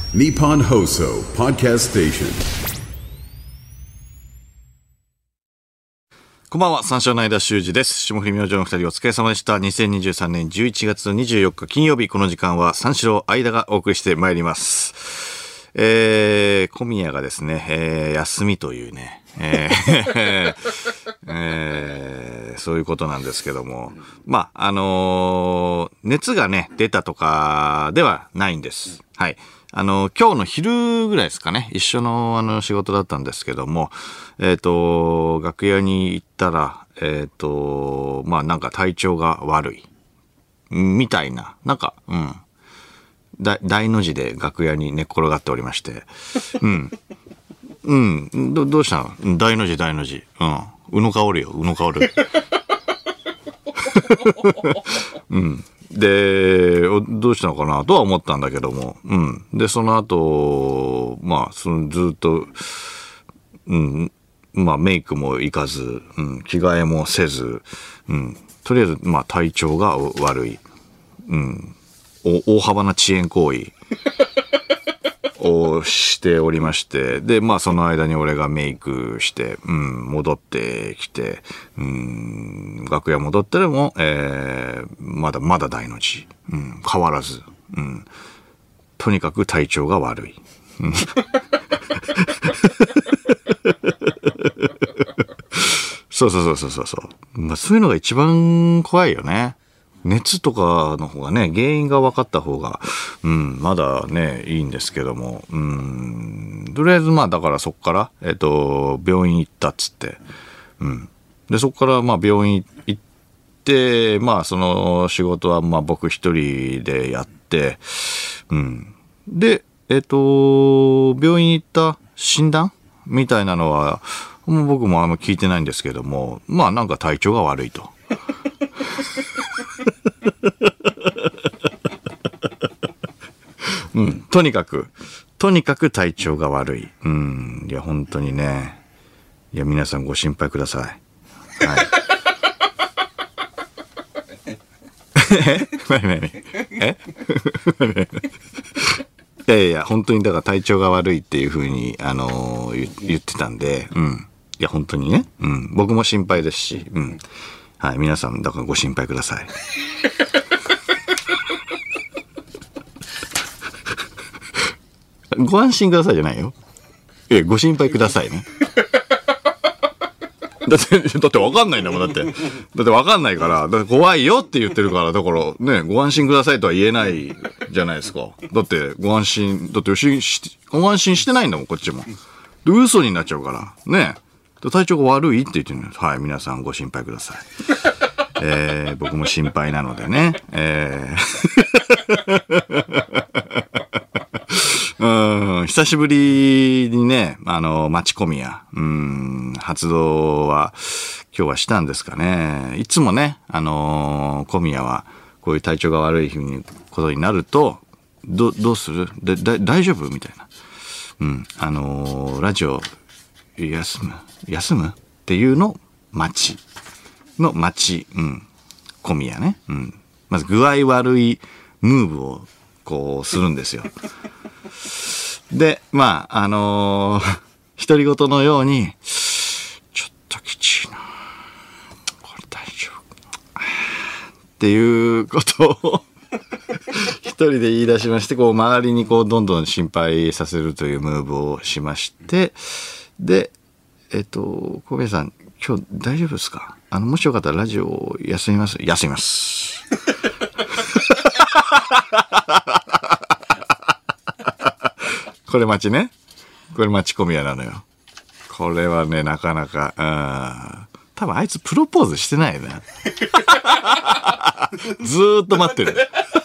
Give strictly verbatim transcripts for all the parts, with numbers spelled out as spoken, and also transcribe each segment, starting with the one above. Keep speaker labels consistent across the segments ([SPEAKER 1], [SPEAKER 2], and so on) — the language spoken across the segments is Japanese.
[SPEAKER 1] Nippon Hoso Podcast Station。
[SPEAKER 2] こんばんは、三照の間修二です。霜降り明星の二人お疲れ様でした。にせんにじゅうさんねんじゅういちがつにじゅうよっか金曜日、この時間は三四郎間がお送りしてまいります。えー、小宮がですね、えー、休みというね、えーえー、そういうことなんですけども、まあ、あのー、熱がね、出たとかではないんです。はい。あの、今日の昼ぐらいですかね、一緒のあの仕事だったんですけども、えっと、楽屋に行ったら、えっと、まあなんか体調が悪い。みたいな、なんか、うん。大、大の字で楽屋に寝っ転がっておりまして、うん。うん。ど、どうしたの？大の字、大の字。うん。宇野香るよ、宇野香る。うん。で、どうしたのかなとは思ったんだけども、うん。で、その後、まあ、そのずっと、うん、まあ、メイクもいかず、うん、着替えもせず、うん、とりあえず、まあ、体調が悪い、うん、大幅な遅延行為をしておりまして、で、まあ、その間に俺がメイクして、うん、戻ってきて、うん、楽屋戻ったらも、えー、まだまだ大の字、うん、変わらず、うん、とにかく体調が悪い。うんそうそうそうそうそう。まあ、そういうのが一番怖いよね。熱とかの方がね、原因が分かった方が、うん、まだね、いいんですけども、うん、とりあえずまあ、だからそっから、えっと、病院行ったっつって、うん。で、そっからまあ、病院行って、まあ、その仕事はまあ、僕一人でやって、うん。で、えっと、病院行った診断みたいなのは、もう僕もあんま聞いてないんですけども、まあなんか体調が悪いと。うん、とにかく、とにかく体調が悪い。うん、いや本当にね、いや皆さんご心配ください。はい。え？何何？え？いやいや、本当にだから体調が悪いっていう風に、あのー、言ってたんで、うん。いや、本当にね。うん。僕も心配ですし、うん。はい。皆さん、だからご心配ください。ご安心くださいじゃないよ。え、ご心配くださいね。だって、だって分かんないんだもん、だって。だって分かんないから、だって怖いよって言ってるから、だからね、ご安心くださいとは言えないじゃないですか。だってご安心、だってししご安心してないんだもん、こっちも。で、嘘になっちゃうから。ね。体調が悪いって言ってるんです。はい、皆さんご心配ください。えー、僕も心配なのでね。えー、うん、久しぶりにね、あの、町コミや、うん、発動は、今日はしたんですかね。いつもね、あのー、小宮は、こういう体調が悪いふうに、ことになると、ど、どうするで、だ、大丈夫みたいな。うん、あのー、ラジオ、休む休むっていうの、町。の町、うん。小宮ね。うん。まず具合悪いムーブを、こう、するんですよ。で、まあ、あのー、独り言のように、ちょっときちいな。これ大丈夫。っていうことを、一人で言い出しまして、こう、周りにこう、どんどん心配させるというムーブをしまして、で、えっと、小宮さん、今日大丈夫ですか？あの、もしよかったらラジオ休みます？休みます。これ待ちね。これ待ち込み屋なのよ。これはね、なかなか、うん。多分あいつプロポーズしてないな。ずーっと待ってる。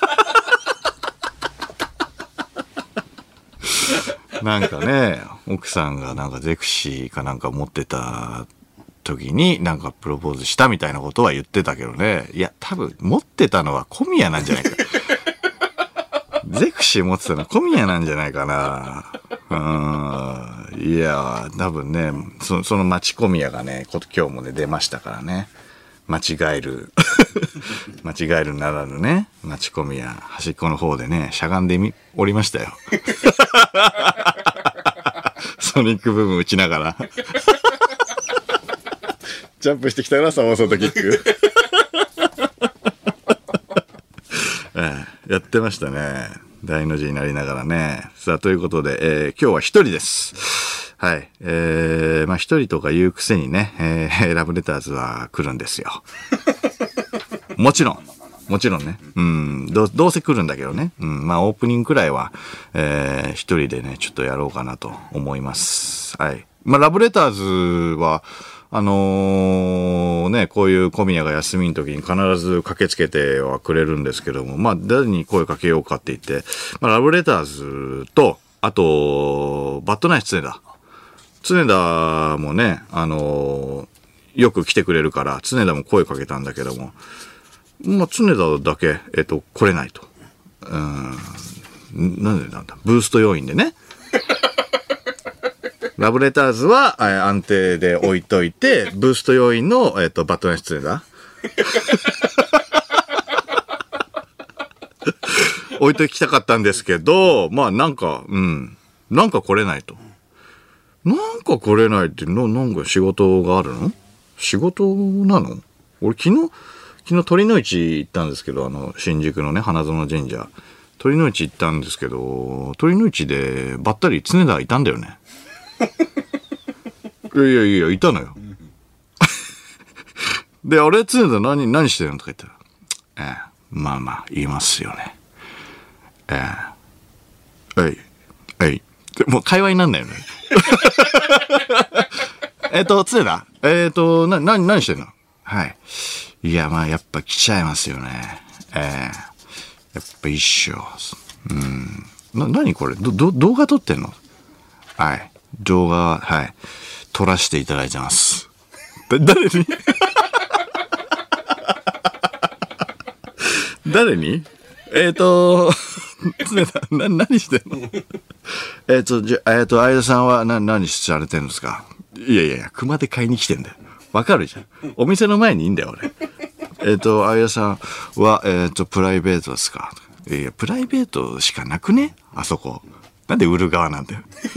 [SPEAKER 2] なんかね、奥さんがなんかゼクシーかなんか持ってた時になんかプロポーズしたみたいなことは言ってたけどね。いや、多分持ってたのは小宮なんじゃないか。ゼクシー持ってたのは小宮なんじゃないかな。うん。いや、多分ね、そ, その町小宮がね、今日もね、出ましたからね。間違える。間違えるならぬね。 町込みや端っこの方でね、しゃがんでみ、おりましたよ。ソニックブーム打ちながら。ジャンプしてきたからサモーソートキック。ええ、やってましたね。大の字になりながらね。さあ、ということで、えー、今日は一人です。はい。えー、まあ一人とか言うくせにね、えー、ラブレターズは来るんですよ。もちろん。もちろんね。うん。どう、どうせ来るんだけどね。うん。まあオープニングくらいは、えー、一人でね、ちょっとやろうかなと思います。はい。まあラブレターズは、あのー、ね、こういう小宮が休みの時に必ず駆けつけてはくれるんですけども、まあ、誰に声かけようかって言って、まあ、ラブレターズと、あと、バッドナイス常田。常田もね、あのー、よく来てくれるから、常田も声かけたんだけども、まあ、常田だけ、えっと、来れないと。うん、なんでなんだ、ブースト要因でね。ラブレターズは安定で置いといて、ブースト要員の、えっと、バットナイス常田置いときたかったんですけど、まあなんか、うん。なんか来れないと。なんか来れないって、な、なんか仕事があるの？仕事なの？俺昨日、昨日鳥の市行ったんですけど、あの、新宿のね、花園神社。鳥の市行ったんですけど、鳥の市でばったり常田いたんだよね。いやいやいや、いたのよ。で、あれ、常田何、何してるのとか言ったら、ええ、まあまあ、言いますよね。ええ、えい、えい。もう会話になんないよね。えっと、常田えっと、な、な、何してんの？はい。いや、まあ、やっぱ来ちゃいますよね。ええ、やっぱ一緒。うん。な、何これど、ど、動画撮ってんの？はい。動画、はい。撮らせていただいてます。だ、誰に誰にえっと、常田、な、何してんの？えっと、じゃ、えっと、相田さんは、な、何されてるんですか？いやいやいや、熊で買いに来てんだよ。わかるじゃん。お店の前にいいんだよ、俺。えっと、相田さんは、えっと、プライベートですか？いやいや、プライベートしかなくね？あそこ。なんで売る側なんだよ。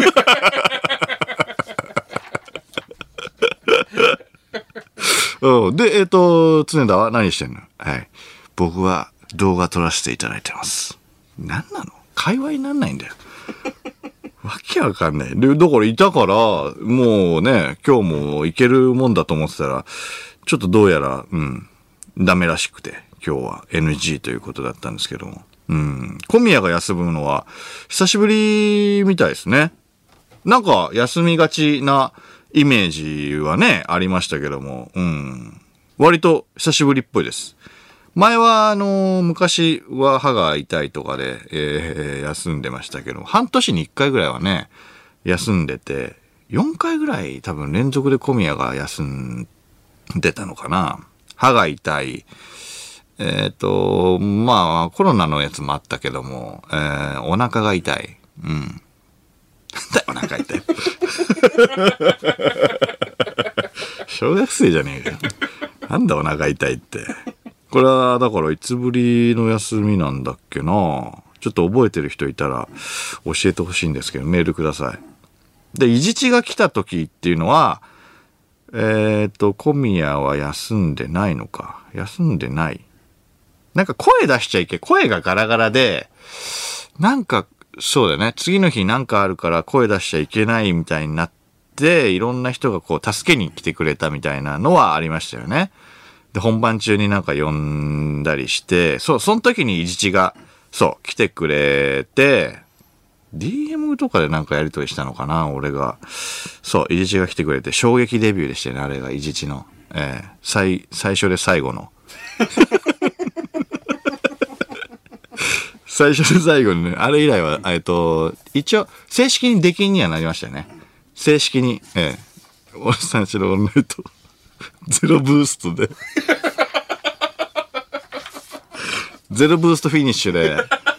[SPEAKER 2] うん、で、えっと、常田は何してんの？はい。僕は動画撮らせていただいてます。何なの？会話になんないんだよ。わけわかんない。で、だからいたから、もうね、今日も行けるもんだと思ってたら、ちょっとどうやら、うん、ダメらしくて、今日は エヌジー ということだったんですけども。うん。小宮が休むのは、久しぶりみたいですね。なんか、休みがちなイメージはね、ありましたけども、うん。割と久しぶりっぽいです。前は、あのー、昔は歯が痛いとかで、えー、休んでましたけど、半年にいっかいぐらいはね、休んでて、よんかいぐらい多分連続で小宮が休んでたのかな。歯が痛い。えっと、まあ、コロナのやつもあったけども、えー、お腹が痛い。うん。なんだよ、お腹痛い。小学生じゃねえかよ。なんだお腹痛いって。これは、だからいつぶりの休みなんだっけな。ちょっと覚えてる人いたら教えてほしいんですけど、メールください。で、いじちが来た時っていうのは、えっと、小宮は休んでないのか。休んでない。なんか声出しちゃいけ、声がガラガラで、なんか、そうだよね。次の日なんかあるから声出しちゃいけないみたいになって、いろんな人がこう助けに来てくれたみたいなのはありましたよね。で、本番中になんか呼んだりして、そう、その時にいじちが、そう、来てくれて、ディーエム とかでなんかやりとりしたのかな、俺が。そう、いじちが来てくれて、衝撃デビューでしたよね、あれが、いじちの。えー、最、最初で最後の。最初で最後にね、あれ以来は、えっと、一応、正式に出禁にはなりましたよね。正式に、ええ。おじさんしろオンライト、ゼロブーストで。ゼロブーストフィニッシュで。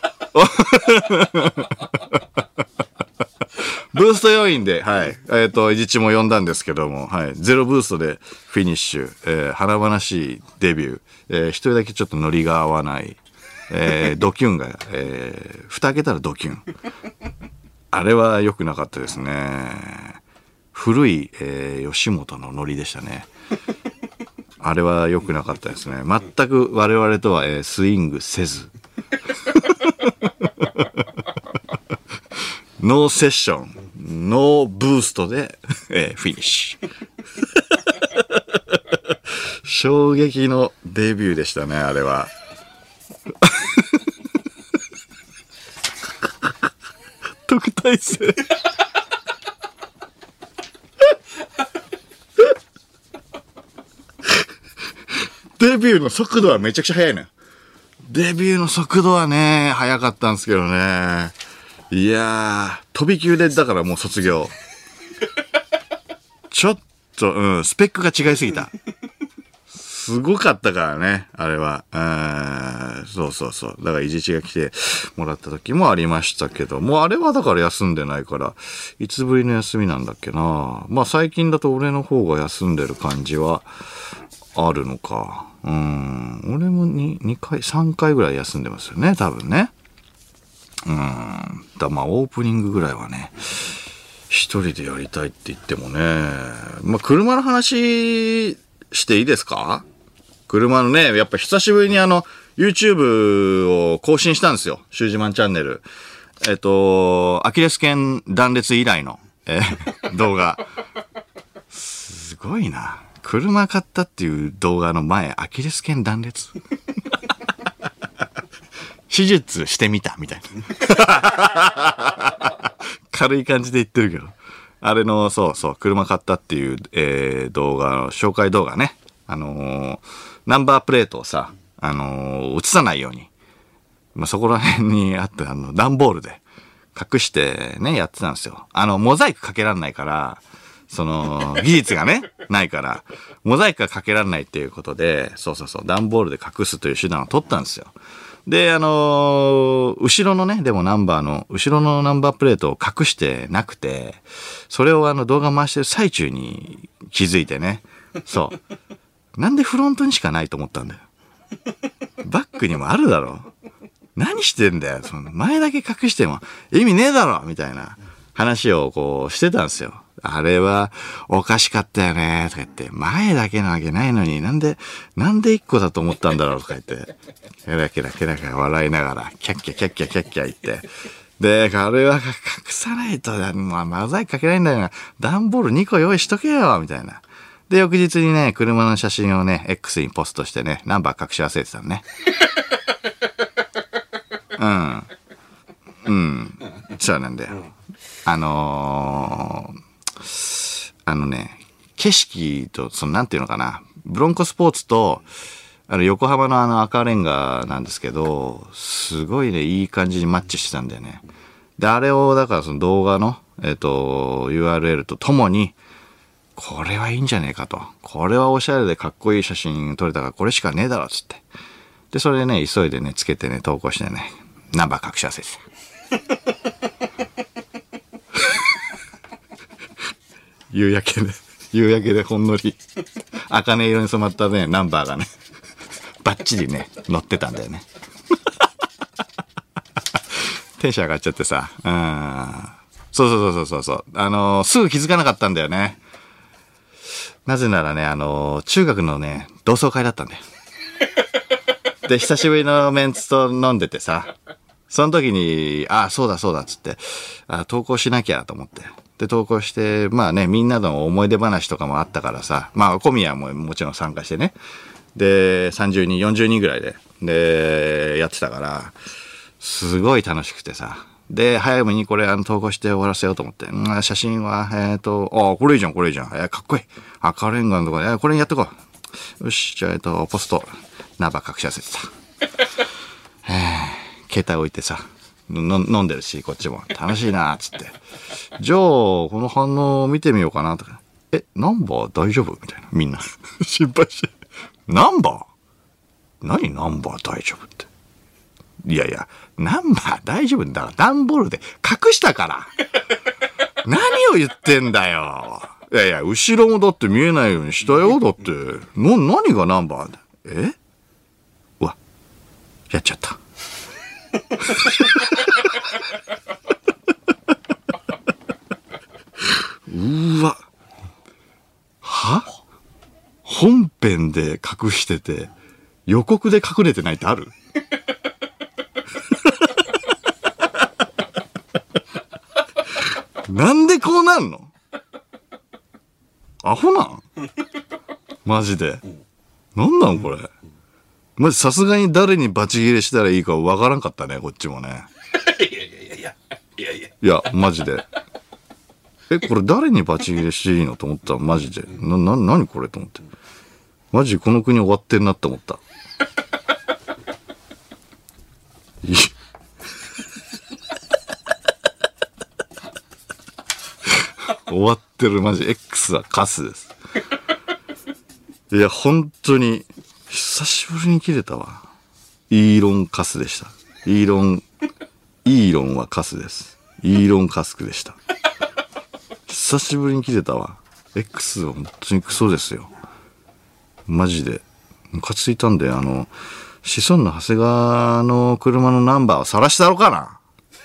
[SPEAKER 2] ブースト要員で、はい。えっと、いじちも呼んだんですけども、はい。ゼロブーストでフィニッシュ。えー、華々しいデビュー。えー、一人だけちょっとノリが合わない。 えー、ドキュンが、えー、蓋開けたらドキュン。あれは良くなかったですね。古い、えー、吉本のノリでしたね。あれは良くなかったですね。全く我々とは、えー、スイングせず。ノーセッション、ノーブーストで、えー、フィニッシュ。衝撃のデビューでしたね、あれは。特待生。デビューの速度はめちゃくちゃ速いのよ。デビューの速度はね、速かったんですけどね。いやー、飛び級でだからもう卒業。ちょっと、うん、スペックが違いすぎた。すごかったからね、あれは。うん、そうそうそう。だから、いじちが来てもらった時もありましたけど、もうあれはだから休んでないから、いつぶりの休みなんだっけな。まあ最近だと俺の方が休んでる感じはあるのか。うん、俺も 2, 2回、さんかいぐらい休んでますよね、多分ね。うん。だまあオープニングぐらいはね、一人でやりたいって言ってもね、まあ車の話していいですか？車のね、やっぱ久しぶりにあの、YouTube を更新したんですよ。シュージマンチャンネル。えっと、アキレス腱断裂以来の、えー、動画。すごいな。車買ったっていう動画の前、アキレス腱断裂手術してみたみたいな。軽い感じで言ってるけど。あれの、そうそう、車買ったっていう、えー、動画の紹介動画ね。あのー、ナンバープレートをさ、あのー、映さないように、まあ、そこら辺にあって、あの、段ボールで隠してね、やってたんですよ。あの、モザイクかけらんないから、その、技術がね、ないから、モザイクがかけらんないっていうことで、そうそうそう、段ボールで隠すという手段を取ったんですよ。で、あのー、後ろのね、でもナンバーの、後ろのナンバープレートを隠してなくて、それをあの動画回してる最中に気づいてね、そう。なんでフロントにしかないと思ったんだよ。バックにもあるだろ。何してんだよ。その前だけ隠しても意味ねえだろみたいな話をこうしてたんですよ。あれはおかしかったよねとか言って、前だけなわけないのになんで、なんで一個だと思ったんだろうとか言って、ケラケラケラケラ笑いながら、キャッキャキャッキャキャッキャ言って、で、あれは隠さないと、まあ、モザイクかけないんだよな。段ボールにこ用意しとけよみたいな。で、翌日にね、車の写真をね、X にポストしてね、ナンバー隠し忘れてたのね。うん。うん。そうなんだよ。あのー、あのね、景色と、その、なんていうのかな、ブロンコスポーツと、あの、横浜のあの赤レンガなんですけど、すごいね、いい感じにマッチしてたんだよね。で、あれを、だからその動画の、えっと、ユーアールエル とともに、これはいいんじゃねえかと。これはおしゃれでかっこいい写真撮れたからこれしかねえだろっつって。で、それでね、急いでね、つけてね、投稿してね、ナンバー隠し忘れてた。夕焼けで、夕焼けでほんのり、茜色に染まったね、ナンバーがね、バッチリね、乗ってたんだよね。テンション上がっちゃってさ、うん。そうそうそうそうそう。あのー、すぐ気づかなかったんだよね。なぜならね、あのー、中学のね、同窓会だったんだよ。で、久しぶりのメンツと飲んでてさ、その時に、ああ、そうだそうだっつって、あ投稿しなきゃと思って。で、投稿して、まあね、みんなの思い出話とかもあったからさ、まあ、小宮ももちろん参加してね。で、さんじゅうにん、よんじゅうにんぐらいで、で、やってたから、すごい楽しくてさ。で、早めにこれあの投稿して終わらせようと思って。うん、写真は、えっと、あ、これいいじゃん、これいいじゃん。えー、かっこいい。赤レンガのところで、えー、これやってこう。よし、じゃあ、えっと、ポスト、ナンバー隠し忘れてた。えー、携帯置いてさ、の飲んでるし、こっちも。楽しいなーっつって。じゃあ、この反応見てみようかなとか。え、ナンバー大丈夫みたいな。みんな。心配して。ナンバー何ナンバー大丈夫って。いやいや、ナンバー大丈夫だから段ボールで隠したから。何を言ってんだよ。いやいや、後ろもだって見えないようにしたよ。だって。な、何がナンバーだ。えうわ、やっちゃった。 うーわ。は本編で隠してて、予告で隠れてないってある？なんでこうなんの？アホなんマジで。なんなんこれ。マジさすがに誰にバチ切れしたらいいかわからんかったね、こっちもね。
[SPEAKER 3] いやいやいやいやいやいや。
[SPEAKER 2] いや、マジで。え、これ誰にバチ切れしていいのと思ったマジで。な、な、なにこれと思って。マジこの国終わってんなって思った。い終わってるマジ X はカスです。いや本当に久しぶりに切れたわ。イーロンカスでした。イーロンイーロンはカスです。イーロンカスクでした。久しぶりに切れたわ。X は本当にクソですよ。マジでムカついたんで、あの子孫の長谷川の車のナンバーを晒してやろうかな。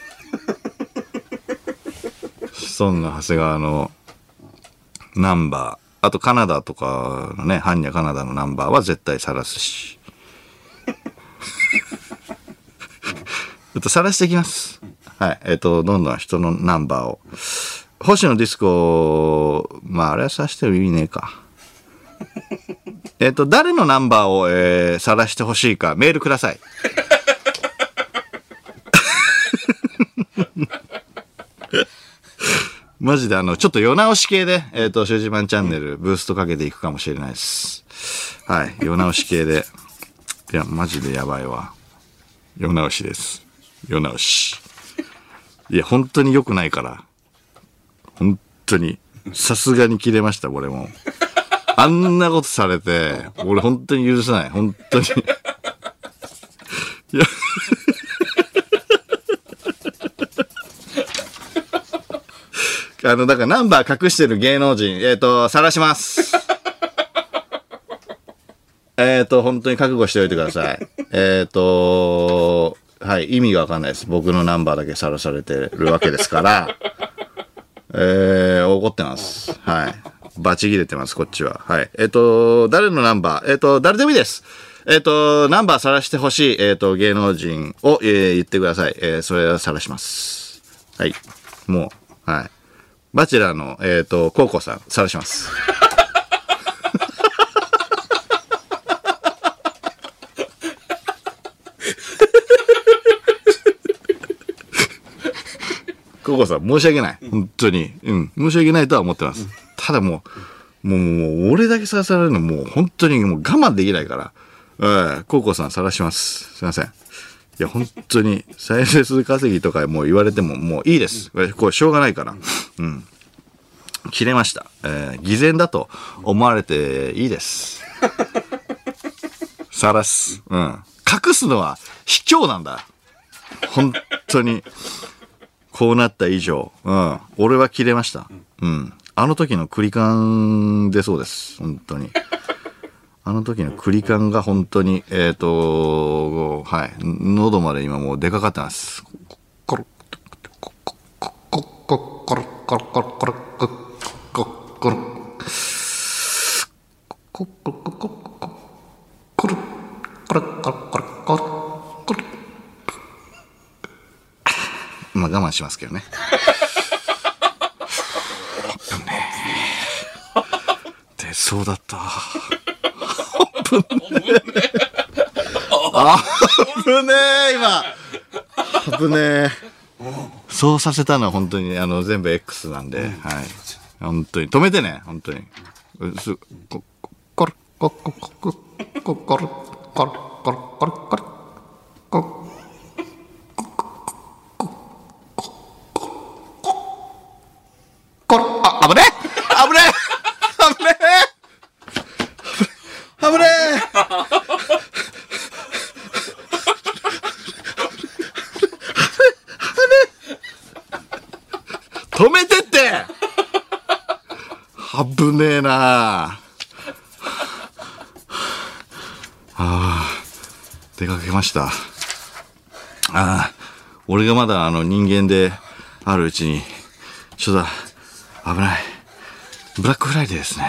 [SPEAKER 2] 子孫の長谷川のナンバー、あとカナダとかのね、ハンニャカナダのナンバーは絶対晒すし。えっと晒していきます。はい、えっとどんどん人のナンバーを。星野ディスコ、まああれは晒してる意味ねえか。えっと誰のナンバーを、えー、晒してほしいかメールください。マジであのちょっと世直し系で、えっとシュージマンチャンネルブーストかけていくかもしれないです。はい、世直し系で。いやマジでやばいわ。世直しです。世直し。いや本当に良くないから。本当にさすがに切れました俺も。あんなことされて俺本当に許さない。本当に。いや。あのだからナンバー隠してる芸能人えっと晒します。えっと本当に覚悟しておいてください。えっとはい意味がわかんないです。僕のナンバーだけ晒されてるわけですから。えー、怒ってます。はい。バチ切れてます、こっちは。はい。えっと、誰のナンバーえっと、誰でもいいです。えっと、ナンバー晒してほしい、えっと、芸能人を、えー、言ってください。えー、それは晒します。はい。もう、はい。バチェラーの、えっと、コウコさん、晒します。コウコさん申し訳ない本当に、うん、申し訳ないとは思ってます。ただもうもうもう俺だけさらされるのもう本当にもう我慢できないから、えコウコさん晒します。すいません。いや本当に再生数稼ぎとかもう言われてももういいです。これしょうがないから、うん、切れました。えー、偽善だと思われていいです。晒す、うん、隠すのは卑怯なんだ本当に。こうなった以上、うん、俺は切れました。うん、あの時のクリカンでそうです。本当に。あの時のクリカンが本当に、えっと、はい、喉まで今もう出かかってます。コロコロコロコロコロコロコロコロコロコロコロコロコロコロコロコロコロ。まあ我慢しますけどね。出そうだった。危ねえ。危ねえ今。危ねえ。そうさせたのは本当にあの全部 X なんで、はい。本当に止めてね本当に。すここれここここここれこれこれこれこれここれあ危ねえ危ねえ危ねえ危ねえ止めてって危ねえなああ出かけました。 ああ、俺がまだあの人間であるうちに、ちょっと危ない。ブラックフライデーですね。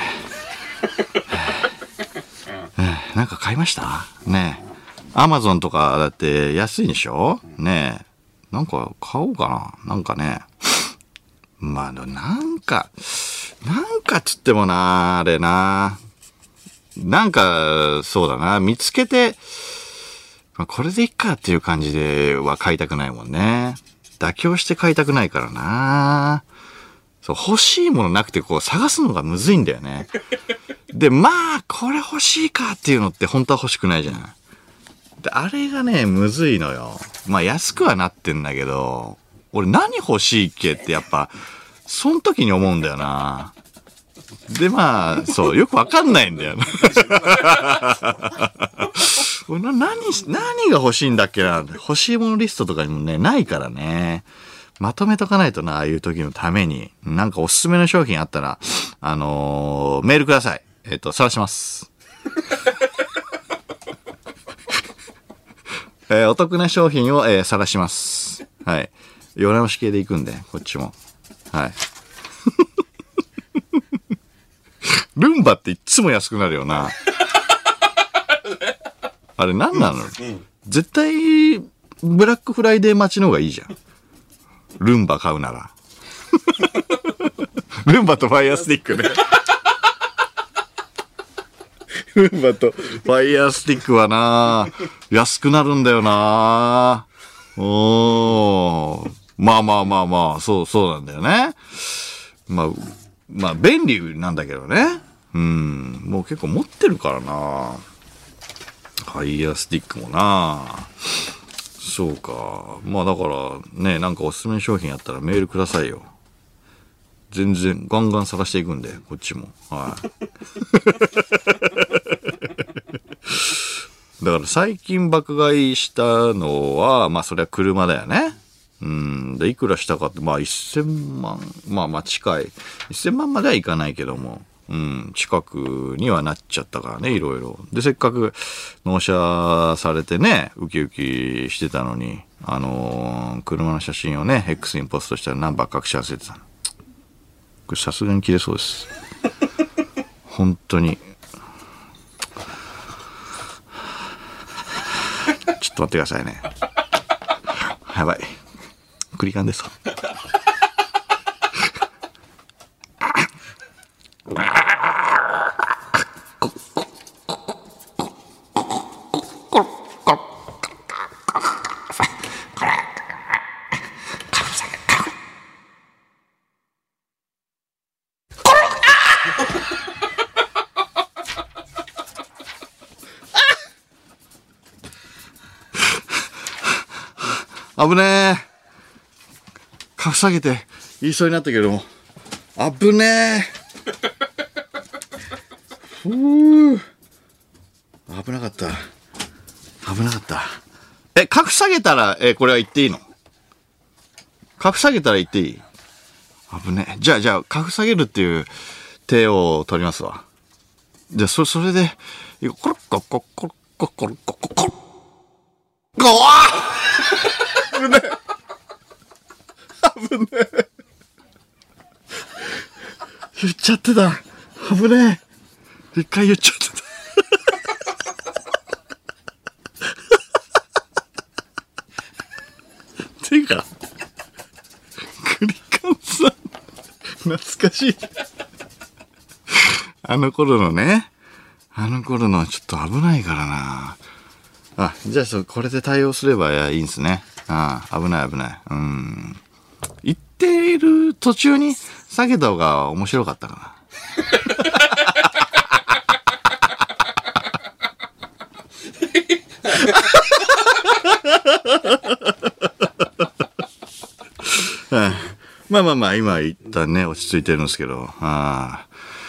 [SPEAKER 2] えー、なんか買いましたねえ。アマゾンとかだって安いでしょねえ。なんか買おうかななんかね。まあ、なんか、なんかつってもな、あれな。なんか、そうだな。見つけて、まあ、これでいっかっていう感じでは買いたくないもんね。妥協して買いたくないからな。そう、欲しいものなくてこう探すのがむずいんだよね。で、まあ、これ欲しいかっていうのって本当は欲しくないじゃん。で、あれがね、むずいのよ。まあ、安くはなってんだけど、俺何欲しいっけってやっぱ、その時に思うんだよな。で、まあ、そう、よくわかんないんだよな。俺な何、何が欲しいんだっけな。欲しいものリストとかにもね、ないからね。まとめとかないとな、ああいう時のために。なんかおすすめの商品あったら、あのー、メールください。えっと、探します。えー、お得な商品を、えー、探します。はい。世直し系で行くんで、こっちも。はい。ルンバっていっつも安くなるよな。あれ何なの、うん、絶対、ブラックフライデー待ちの方がいいじゃん。ルンバ買うなら。ルンバとファイヤースティックね。ルンバとファイヤースティックはな、安くなるんだよな。おー。まあまあまあまあ、そうそうなんだよね。まあ、まあ便利なんだけどね。うん。もう結構持ってるからな。ファイヤースティックもな。そうか。まあだからね、なんかおすすめ商品あったらメールくださいよ。全然ガンガン探していくんで、こっちも。はい。だから最近爆買いしたのは、まあそれは車だよね。うん。で、いくらしたかって、まあせんまん、まあまあ近い。せんまんまではいかないけども、うん、近くにはなっちゃったからね、いろいろ。で、せっかく納車されてね、ウキウキしてたのに、あのー、車の写真をね、X にポストしたらナンバー隠し忘れてたの。これさすがに切れそうです。本当に。ちょっと待ってくださいね。やばい。クリカンですか。危ねえ。か下げて言いそうになったけども。危ねえ。ふう。危なかった。危なかった。え、格下げたら、え、これは言っていいの？格下げたら言っていい？危ねえ。じゃあ、じゃあ、格下げるっていう手を取りますわ。じゃあ、そ、それで、コロッコココロココロコココロ。ごわ危ねえ。危ねえ。言っちゃってた。危ねえ。一回言っちゃってた。ていうか、クリカンさん、懐かしい。あの頃のね、あの頃のちょっと危ないからな。あ、じゃあそ、これで対応すればいいんですね。ああ、危ない危ない。うん。言っている途中に下げた方が面白かったかな。まあまあまあ、今一旦ね、落ち着いてるんですけど。ああ。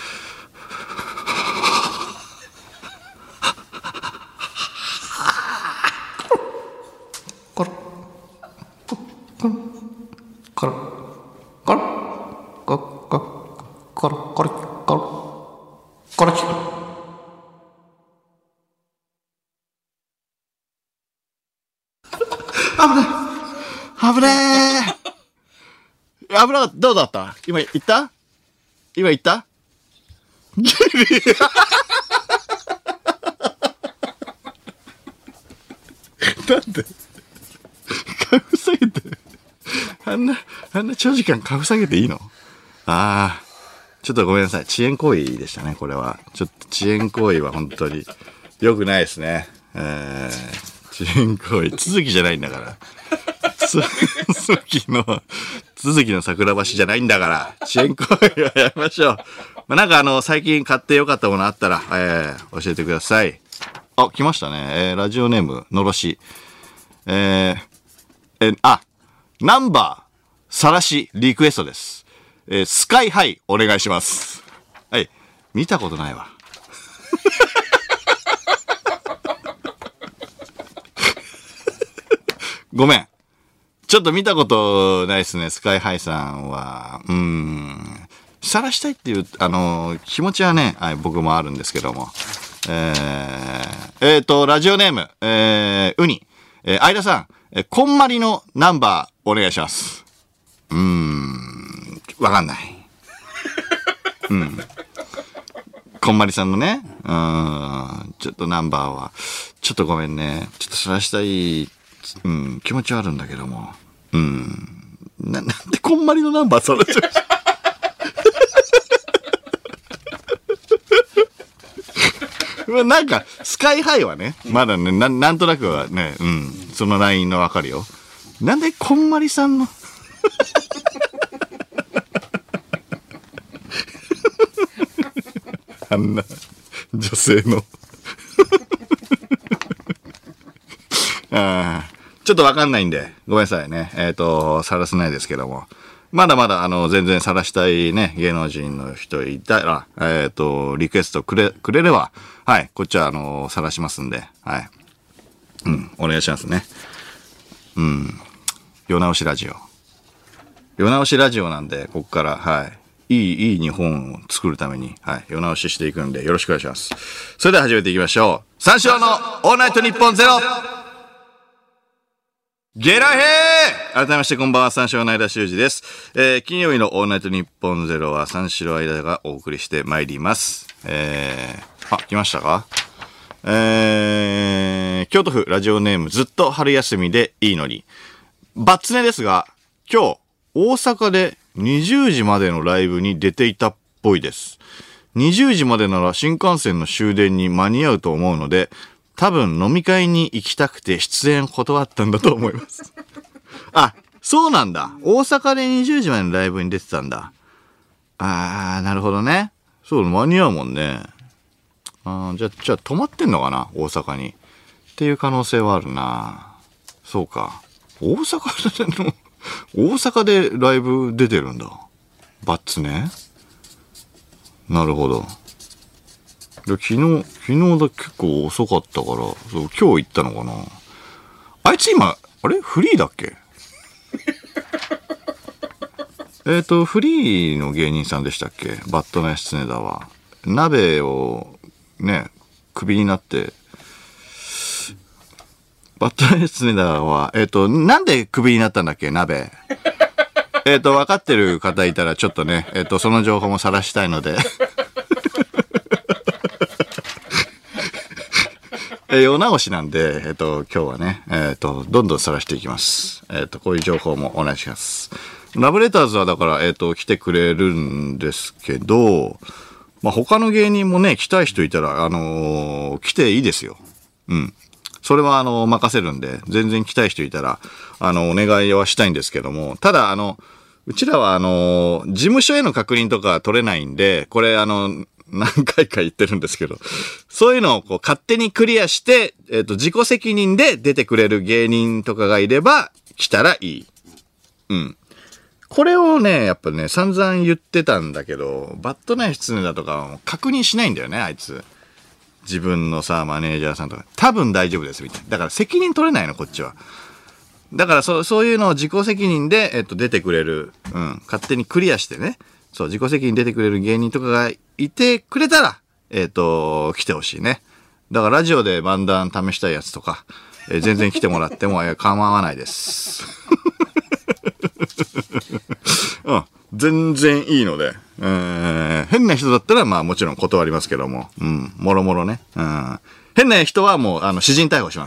[SPEAKER 2] コロコロコロコロコロコロコロコロコロコロチ危ない危ねえ。危なかった。どうだった今言った今言ったギリなんで顔下げてあんな、あんな長時間顔下げていいの？ああ。ちょっとごめんなさい。遅延行為でしたね、これは。ちょっと遅延行為は本当に良くないですね。えー、遅延行為。続きじゃないんだから。続きの、続きの桜橋じゃないんだから。遅延行為はやめましょう。まあ、なんかあの、最近買ってよかったものあったら、えー、教えてください。あ、来ましたね。えー、ラジオネーム、のろし。えー、えー、あ、ナンバー、さらし、リクエストです。えー、スカイハイお願いします。はい。見たことないわ。ごめん。ちょっと見たことないですね、スカイハイさんは。うーん。晒したいっていう、あのー、気持ちはね、はい、僕もあるんですけども。えー、えーと、ラジオネーム、えー、ウニ。えー、相田さん、えー、こんまりのナンバーお願いします。うーん。わかんない。うん。こんまりさんのね、うん、ちょっとナンバーは、ちょっとごめんね。ちょっと晒したい、うん、気持ちはあるんだけども。うん。な、なんでこんまりのナンバー晒しちゃうなんか、スカイハイはね、まだね、な、なんとなくはね、うん、そのラインのわかるよ。なんでこんまりさんのあんな女性のあちょっとわかんないんでごめんなさいね。えっと晒せないですけども、まだまだあの全然晒したいね芸能人の人いたらえっとリクエストくれくれればはいこっちはあの晒しますんではいうんお願いしますね。うん世直しラジオ世直しラジオなんでこっからはいいい、いい日本を作るために、はい、世直ししていくんで、よろしくお願いします。それでは始めていきましょう。三四郎のオールナイトニッポンゼロゲラヘー改めましてこんばんは、三四郎の間修二です。えー、金曜日のオールナイトニッポンゼロは三四郎間がお送りしてまいります。えー、あ、来ましたか？えー、京都府ラジオネームずっと春休みでいいのに。バッツネですが、今日、大阪でにじゅうじまでのライブに出ていたっぽいです。にじゅうじまでなら新幹線の終電に間に合うと思うので、多分飲み会に行きたくて出演断ったんだと思います。あ、そうなんだ。大阪でにじゅうじまでのライブに出てたんだ。あー、なるほどね。そう、間に合うもんね。あー、じゃあ、じゃあ泊まってんのかな大阪に。っていう可能性はあるな。そうか。大阪での大阪でライブ出てるんだ。バッツね。なるほど。で昨日、昨日だ結構遅かったから、そう今日行ったのかな。あいつ今、あれフリーだっけえっと、フリーの芸人さんでしたっけバットナイス常田は。鍋をね、クビになって、バットナイス常田は、えっと、なんでクビになったんだっけ鍋。えっと、分かってる方いたらちょっとね、えっと、その情報も晒したいので。えー、世直しなんで、えっと、今日はね、えっと、どんどん晒していきます。えっと、こういう情報もお願いします。ラブレターズはだから、えっと、来てくれるんですけど、まあ、他の芸人もね、来たい人いたら、あのー、来ていいですよ。うん。それは、あの、任せるんで、全然来たい人いたら、あの、お願いはしたいんですけども、ただ、あの、うちらは、あの、事務所への確認とか取れないんで、これ、あの、何回か言ってるんですけど、そういうのをこう勝手にクリアして、えっと、自己責任で出てくれる芸人とかがいれば、来たらいい。うん。これをね、やっぱね、散々言ってたんだけど、バットナイス常田とか確認しないんだよね、あいつ。自分のさ、マネージャーさんとか。多分大丈夫です、みたいな。だから責任取れないの、こっちは。だからそ、そういうのを自己責任で、えっと、出てくれる。うん。勝手にクリアしてね。そう、自己責任出てくれる芸人とかがいてくれたら、えっと、来てほしいね。だからラジオで漫談試したいやつとか、えー、全然来てもらっても構わないです。 うん、全然いいので、えー、変な人だったらまあもちろん断りますけども、うん、もろもろね、うん、変な人はもうあの私人逮捕します。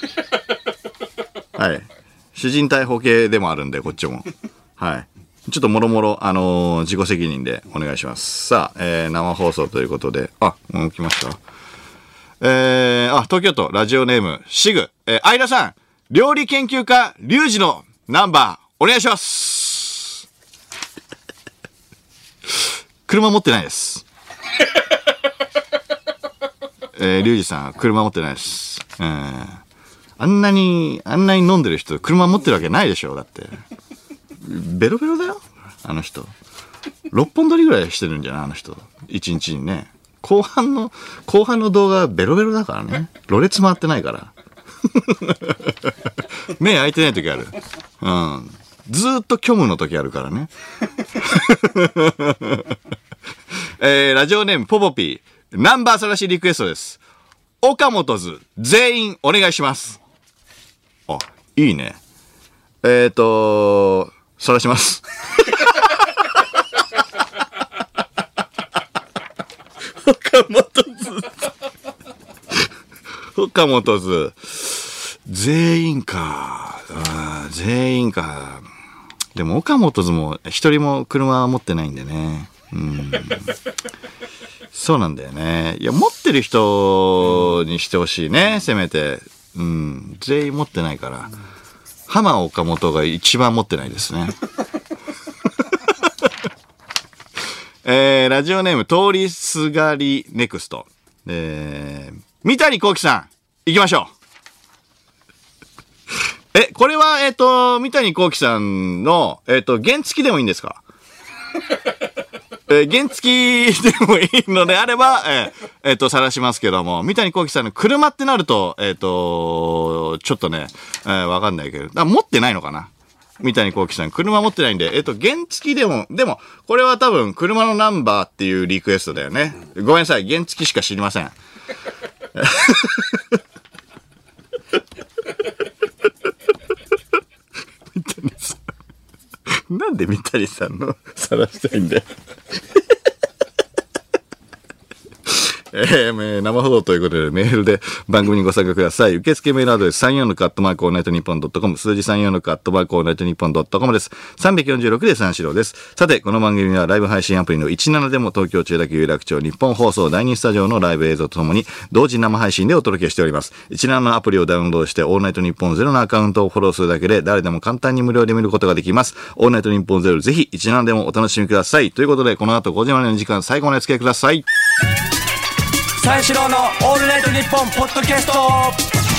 [SPEAKER 2] はい、私人逮捕系でもあるんでこっちも、はい。ちょっともろもろ、あのー、自己責任でお願いします。さあ、えー、生放送ということで、あ、もう来ました。えー、あ、東京都ラジオネーム、シグ、えー、相田さん、料理研究家、リュウジのナンバー、お願いします。車持ってないです。えー、リュウジさん、車持ってないです。えー、あんなに、あんなに飲んでる人、車持ってるわけないでしょ、だって。ベロベロだよあの人。ろっぽん撮りぐらいしてるんじゃないあの人一日にね。後半の後半の動画ベロベロだからね。ろれつ回ってないから目開いてない時ある。うん、ずーっと虚無の時あるからねえー、ラジオネームポポピーナンバー探しリクエストです。岡本図全員お願いします。あ、いいね。えーと探します岡本図岡本図全員か。あ、全員か。でも岡本図も一人も車は持ってないんでね。うん、そうなんだよね。いや持ってる人にしてほしいねせめて。うん、全員持ってないから浜岡本が一番持ってないですねえー、ラジオネーム通りすがりネクスト、えー、三谷幸喜さん行きましょうえ、これはえっ、ー、と三谷幸喜さんのえっ、ー、と原付でもいいんですかえー、原付でもいいのであれば、えー、えー、と、晒しますけども、三谷幸喜さんの車ってなると、えっ、ー、と、ちょっとね、えー、わかんないけど、だから持ってないのかな三谷幸喜さん、車持ってないんで、えっ、ー、と、原付でも、でも、これは多分、車のナンバーっていうリクエストだよね。ごめんなさい、原付しか知りません。三谷さん。なんで三谷さんの晒したいんだよ。えー、生放送ということでメールで番組にご参加ください。受付メールアドレスさんよんろくアットマークオールナイトニッポンドットコム、数字さんよんろくアットマークオールナイトニッポンドットコムです。さんびゃくよんじゅうろくで三四郎です。さて、この番組はライブ配信アプリのじゅうななでも東京千代田区有楽町日本放送だいにスタジオのライブ映像とともに同時生配信でお届けしております。じゅうななのアプリをダウンロードしてオールナイトニッポンゼロのアカウントをフォローするだけで誰でも簡単に無料で見ることができます。オールナイトニッポンゼロぜひじゅうななでもお楽しみください。ということで、この後ごじまでの時間最後までお付き合いください。
[SPEAKER 4] 三四郎のオールナイトニッポンポッドキャスト。